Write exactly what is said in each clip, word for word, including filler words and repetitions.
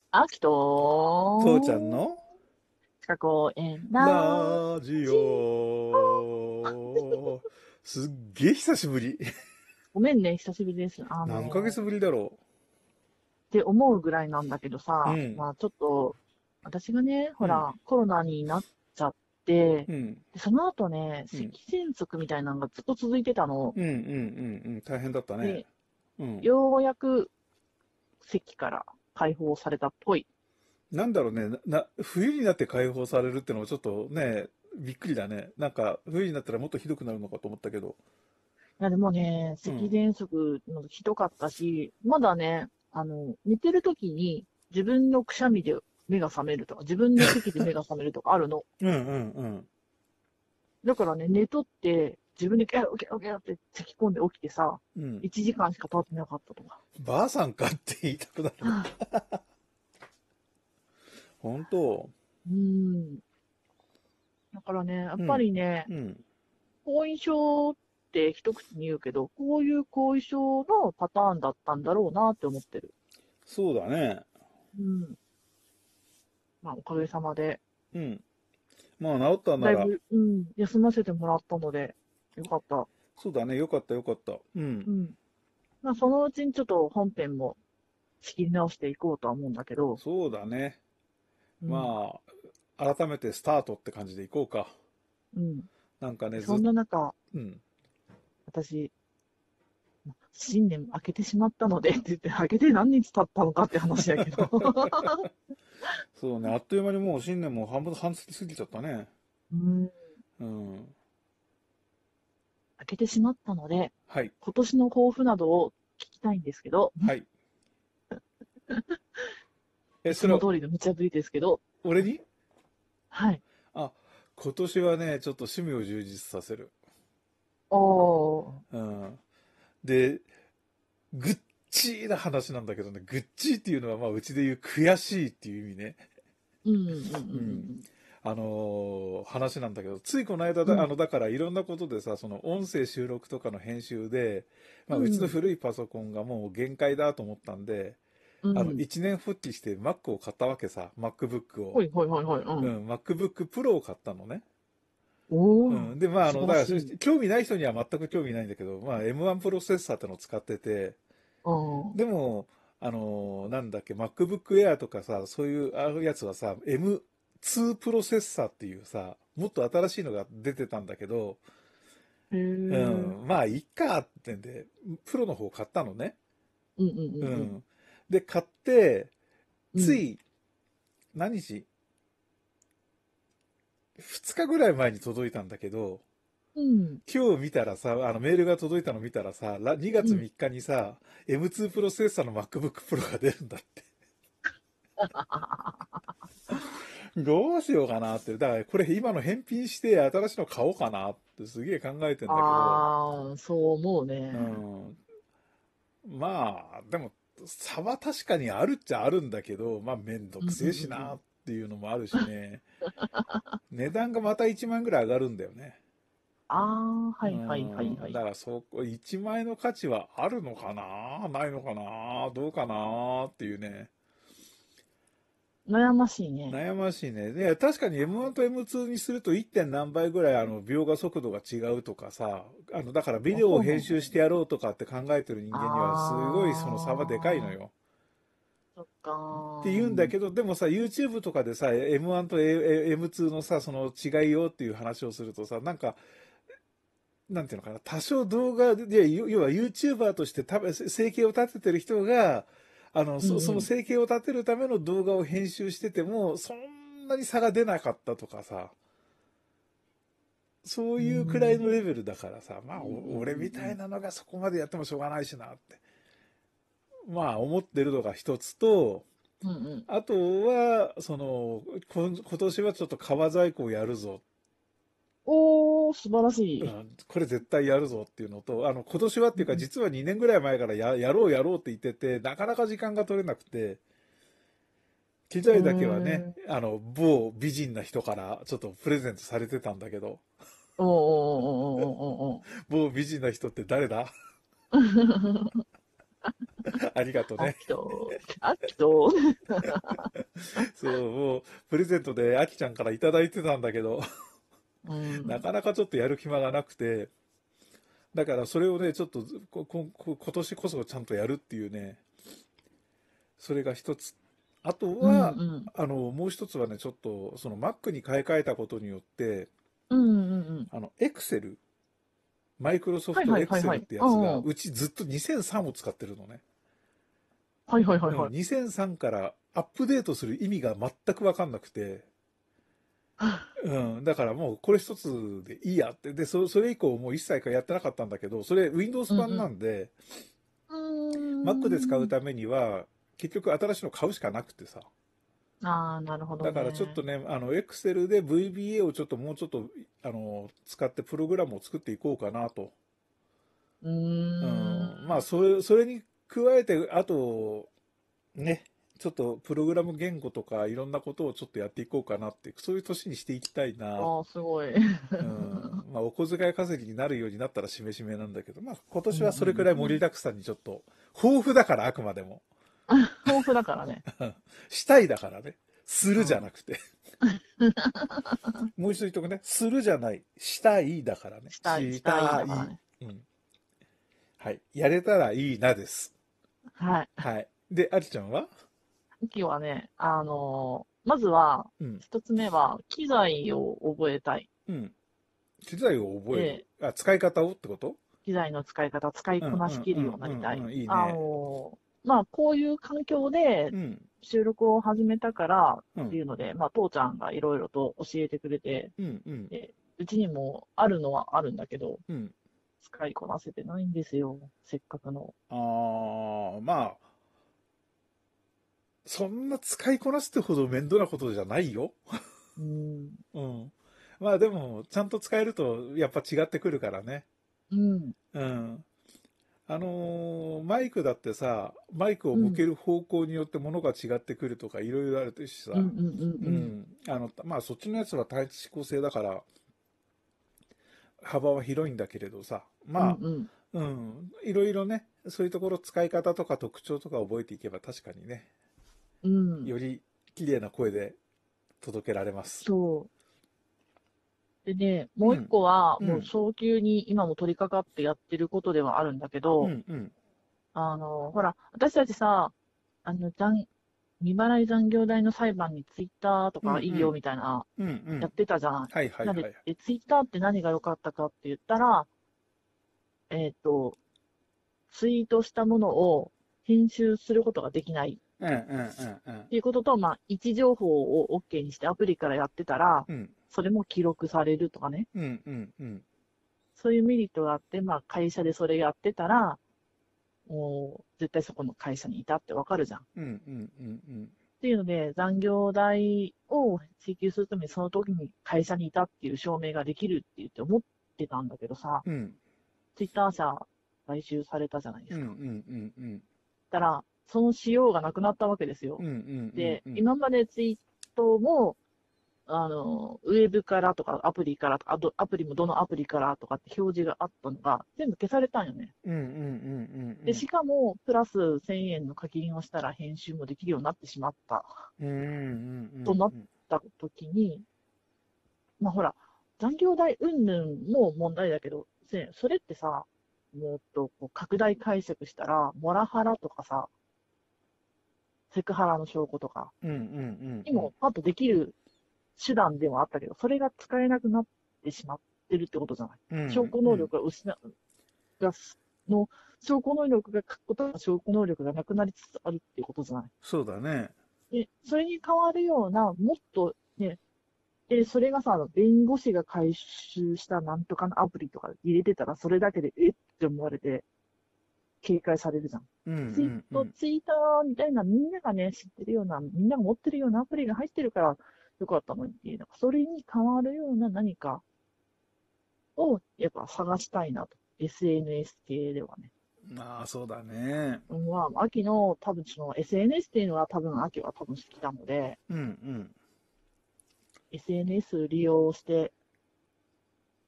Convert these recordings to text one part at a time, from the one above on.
あき父ちゃと、 んの地下公園ララジジオ。すっげえ久しぶり。 オ。ごめんね、久しぶりです。あの、 何ヶ月ぶりだろって思うぐらいなんだけどう。うさ、 ん、 まあちょっと、私がね、 うん、 ほら、コロナになっちゃって、 うん、 で、その後ね、 うん、 咳喘息みたいなのがずっと続いてたの。 うん、うん、うん、うん、大変だったね。 で、 うん。 ようやく咳から解放されたっぽい。 なんだろうね、な、冬になって解放されるってのはちょっとね、びっくりだね。なんか、冬になったらもっとひどくなるのかと思ったけど。 いや、でもね、 うん、 咳喘息のひどかったし、まだね、あの、寝てる時に自分のくしゃみで目が覚めるとか、自分の咳で目が覚めるとかあるの。 うん、うん、うん。 だからね、寝とって、自分でギャーギャーギャーって咳込んで起きてさ、 うん。 いちじかんしか経ってなかったとか。 ばあさんかって言いたくなるね。 はあ、 本当。 うーん。だからね、やっぱうん、 りね、 うん。 後遺症って一口に言うけど、こういう後遺症のパターンだったんだろうなって思ってる。 そうだね。 うん。まあ、おかげさまで。 うん。まあ治ったなら、 だいぶ、うん、休ませてもらったので、よかった。 そうだね。よかった、よかった。うん。 うん。まあ、そのうちにちょっと本編も仕切り直していこうとは思うんだけど、 そうだね。 うん、 まあ、改めてスタートって感じでいこうか。 うん。 なんかね、ずそっ、 んな中、 うん。 私、新年明けてしまったのでって言って、明けて何日経ったのかって話やけど、 そうね。あっという間にもう新年も半分、半月過ぎちゃったね。 うん、 うん。 明けてしまったので、 はい。 今年の抱負などを聞きたいんですけど、 はい。え、 いつそれは、 も通りの無茶ぶりですけど、 俺にはい。 あ、今年はね、ちょっと趣味を充実させる。 おー、 うん。で、ぐっちーな話なんだけどね、ぐっちーっていうのは、まあ、うちで言う悔しいっていう意味ね。 うん、うん、うん、 うん。 うん、 あのー話なんだけど、ついこの間だ、あうん、 の、だからいろんなことでさ、その音声収録とかの編集で、まあ、うちのうん、 古いパソコンがもう限界だと思ったんで、あの、 うん。 一年復帰して Mac を買ったわけさ、MacBook を。 ほいほいほいほい、うん。 うん、MacBook Pro を買ったのね。うおー、 ん。で、まあ、あ素の、だから、 晴らしい。 興味ない人には全く興味ないんだけど、まあ、エムワン プロセッサーってのを使ってて、 うん。 でも、あのーなんだっけ、MacBook Air とかさ、そういうあるやつはさ、エムツー プロセッサーっていうさ、もっと新しいのが出てたんだけど、 へうえ。 ん、まあ、いっかってんで、プロの方買ったのね。 うんうんうんうん。で、買って、 うん。うん。 つい、何日 ?ふつ 日ぐらい前に届いたんだけど、 うん。 今日見たらさ、あのメールが届いたの見たらさ、らにがつうん。 みっかにさ、エムツー プロセッサーの MacBook Pro が出るんだって。どうしようかなって。だからこれ今の返品して新しいの買おうかなってすげえ考えてんだけど、 ああ、そう思ううね。 ん。まあ、でも差は確かにあるっちゃあるんだけど、まあめんどくせえうんうんうんうん。 しなっていうのもあるしね。値段がまたいちまん円ぐらい上がるんだよね。 ああ、はういはいはいはん。 い。 だからそこ、いちまん円の価値はあるのかなないのかなどうかなっていうね。 悩ましいね。 悩ましいね。で、確かに エムワン と エムツー にすると いって. 何倍ぐらいあの描画速度が違うとかさ、あの、だからビあ、 デオをそうなんだ。 編集してやろうとかって考えてる人間にはすごいその差はでかいのああ、 よ。 そっかって言うんだー。 けど、でもさ、YouTube とかでさ、エムワン と エムツー のさ、その違いよっていう話をするとさ、なんか、なんていうのかな、多少動画で、要要は YouTuber として多分生計を立ててる人が、あの、そ、そのうんうん。 生計を立てるための動画を編集してても、そんなに差が出なかったとかさ、そうういうくらいんのレベルだからさ、まあ、 うんうんお俺みたうんいなのがそこまでやってもしょうがないしなって、まあ、思ってるのが一つと、 うんうんうん。 あとは、その、こ今年はちょっと革細工をやるぞ。 おー、素晴らしい。 うん、これ絶対やるぞっていうのと、あの、今年はっていうか、 うんうん。 実はにねんぐらい前からや、やろうやろうって言ってて、なかなか時間が取れなくて、機へ材だけはね、 ー。 あの、某美人な人からちょっとプレゼントされてたんだけど、 おーおーおーおーおーおーおー。 某美人な人って誰だ？ ありがとうね。 あきと、あきと、 そう、もう、プレゼントであきちゃんからいただいてたんだけど、 うん。 なかなかちょっとやる暇がなくて、だからそれをね、ちょっとこここ今年こそちゃんとやるっていうね、それが一つ。あとうん、 は、 うん。 あの、もう一つはね、ちょっと、その Mac に買い替えたことによって、 うん、うん、うん。 あの、Excel、マイクロソフトはいはいはいは Excel っい。 てやつが、 うん。 うちずっとにせんさんを使ってるのね。 はいはいはいうん、 はい。 にせんさんからアップデートする意味が全くわかんなくて、うん、だからもうこれ一つでいいやって。で、そそれ以降もう一切やってなかったんだけど、それ Windows 版なうんうん。 んで、 う Mac で使ーん。 うためには、結局新しいの買うしかなくてさ。 ああ、なるほどだからちょっね。 とね、あの、Excel で ブイビーエー をちょっともうちょっと、あの、使ってプログラムを作っていこうかなと。 ううーん。 ん、まあ、それ、それに加えて、あと、ね、ちょっとプログラム言語とかいろんなことをちょっとやっていこうかなって、そういう年にしていきたいな。 ああ、すごい。 うん。まあ、お小遣い稼ぎになるようになったらしめしめなんだけど、まあ、今うんうん年はそれくらい盛りうん。 だくさんにちょっと、豊富だから、あくまでも。 豊富だからね。 したいだからね。するじゃうん。 なくて。もう一度言っとくね。するじゃない。したいだからね。 したい、したいしたい。 だからね。 うん。はい。やれたらいいなです。 はい。 はい。で、あきちゃんは？ 今はね、あのーまずは、 うん。 一つ目は、機材を覚えたい。 うん。機材を覚える。 で、 あ、使い方をってこと？ 機材の使い方、使いうんうこなしきるようんうんになりたい。 うんうん。いいあね。 のーまあ、こういう環境でうん。 収録を始めたからうん。 っていうので、まあ、父ちゃんがいろいろと教えてくれて、 うんうん。 で、うちにもあるのはあるんだけど、 うん。 使いこなせてないんですよ。せっかくの。 ああ、まあ、そんな使いこなすってほど面倒なことじゃないよ。 うん。 うん。まあでも、ちゃんと使えるとやっぱ違ってくるからね。 うん。 うん。あのーマイクだってさ、マイクをうん。 向ける方向によってものが違ってくるとかいろいろあるしさ。 うん。うん。うん。うん。 うん。あの、まあそっちのやつは単一指向性だから幅は広いんだけれどさ。 うん。 まうん。 あ、うん。いろいろね、そういうところ使い方とか特徴とか覚えていけば確かにね、 うん。 より綺麗な声で届けられます。 そう。でね、もう一うん。 個は、もううん。 早急に今も取り掛かってやってることではあるんだけど、 うん。うん。 あの、ほら、私たちさ、あの、残、未払い残業代の裁判にツイッターとうん。 かいいようん。 みたいな、 うん。うん。 やってたじゃない。 はいはいなんで、 はい。 え、ツイッターって何が良かったかって言ったら、えっと、ツイートしたものを編集することができないうんうんうんうん。 っていうことと、まあ、位置情報を OK にしてアプリからやってたら、 うん。 それも記録されるとかね。 うんうんうん。 そういうメリットがあって、まあ、会社でそれやってたら、もう、絶対そこの会社にいたってわかるじゃん。っうんうんうんうん。 ていうので、残業代を請求するために、その時に会社にいたっていう証明ができるって言って思ってたんだけどさ、 うん。 ツイッター社買収されたじゃないでうんうんすか。 うんうん。 たら、その仕様がなくなったわけですよ。 うんうんうんで、 うん。 今までツイートも、あの、ウェブからとかアプリからとか、あとアプリもどのアプリからとかって表示があったのが、全部消されたんよね。 うんうんうんうんうで、 ん。 しかも、プラスせんえんの課金をしたら編集もできるようになってしまったうんうんうんとなった時に、まあほら、残業代云々も問題だけど、せそれってさ、もっとこう拡大解釈したら、モラハラとかさ、セクハラの証拠とかうんうんうんにうん。 もパッとできる手段でもあったけど、それが使えなくなってしまってるってことじゃない。 うん証拠能うん力が失う、がの、証拠能力が書くことは証拠能力がなくなりつつあるっていうことじゃない。 そうだね。 で、それに代わるような、もっとね、で、それがさ、あの弁護士が回収したなんとかのアプリとか入れてたら、それだけで、えって思われて、警戒されるじゃん。 うんうツイート、 んうん。 ツイッターみたいな、みんながね、知ってるような、みんなが持ってるようなアプリが入ってるから、よかったのにっていう、なんかそれに代わるような何かを、やっぱ探したいなと。エスエヌエス 系ではね。 ああ、そうだね。 まあ、秋の、多分その エスエヌエス っていうのは多分秋は多分好きなので、 うんうん。 エスエヌエス 利用して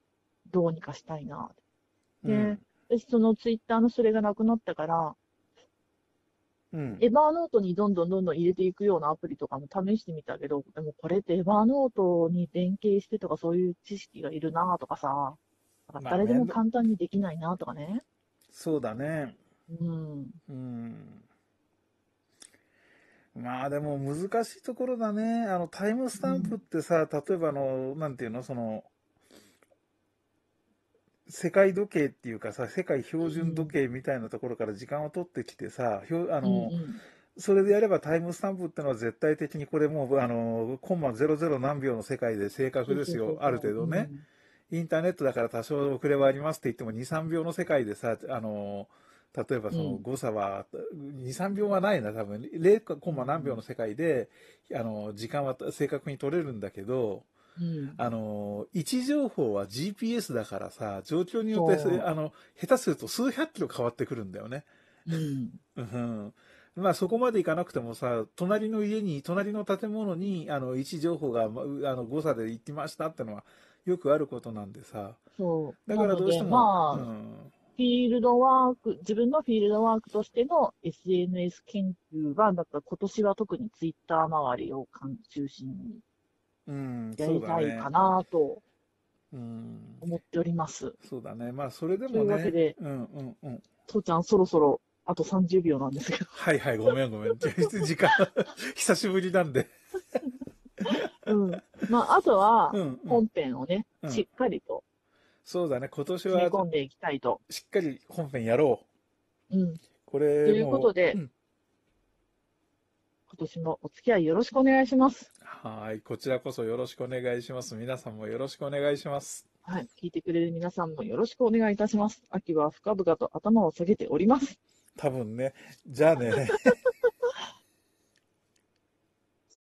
どうにかしたいな。で、 うん。 私そのツイッターのそれがなくなったから、 うん。 エヴァーノートにどんどんどんどん入れていくようなアプリとかも試してみたけど、でもこれってエヴァーノートに連携してとかそういう知識がいるなとかさ、なんかまあ、 誰でもめんど、 簡単にできないなとかね。 そうだね。 うん。 うん。まあでも難しいところだね。あの、タイムスタンプっうん。 てさ、例えばあの、なんていうの、その、世界時計っていうかさ、世界標準時うん。 計みたいなところから時間を取ってきてさ、ひょあうん。うの、 ん。 それでやればタイムスタンプってのは絶対的にこれもう、あの、コンマゼロゼロ何秒の世界で正確そうそうそですよ。あるうそう。 程度ね。 うん。 インターネットだから多少遅れはありますって言ってもに、さんびょうの世界でさ、あの、例えばそのうん。 誤差はに、さんびょうはないな、多分。ゼロコンマ何秒のうん。 世界で、あの、時間は正確に取れるんだけど、 うん。 あの、位置情報は ジーピーエス だからさ、状況によって、 そあの、下手すると数百キロ変わってくるんだよね。 う。うん。 うん。まあそこまでいかなくてもさ、隣の家に、隣の建物に、あの、位置情報が、まあの、誤差で行きましたってのは、よくあることなんでさ。 そう。 だからなので、 どうしても、うまあ、 ん、 フィールドワーク、自分のフィールドワークとしての エスエヌエス 研究は、だから今年は特にツイッター周りを中心にうん、 やそうりたいかだね。 なとうん、 思っております。 そうだね。まあそれでというわけもね、 で、 うん、うん、うん。 父ちゃんそろそろあとさんじゅうびょうなんですけど。 はいはい、ごめんごめん。時間、久しぶりなんで。 うん。まあ、あとはうん、うん、 本編をね、 うん。 しっかりとそうだね。今年は詰め込んでいきたいと。 しっかり本編やろう。 うん。 こというこれもう、うとで、 ん。 今年もお付き合いよろしくお願いします。 はい。こちらこそよろしくお願いします。皆さんもよろしくお願いします。 はい。聞いてくれる皆さんもよろしくお願いいたします。秋は深々と頭を下げております。 多分ね。じゃあね。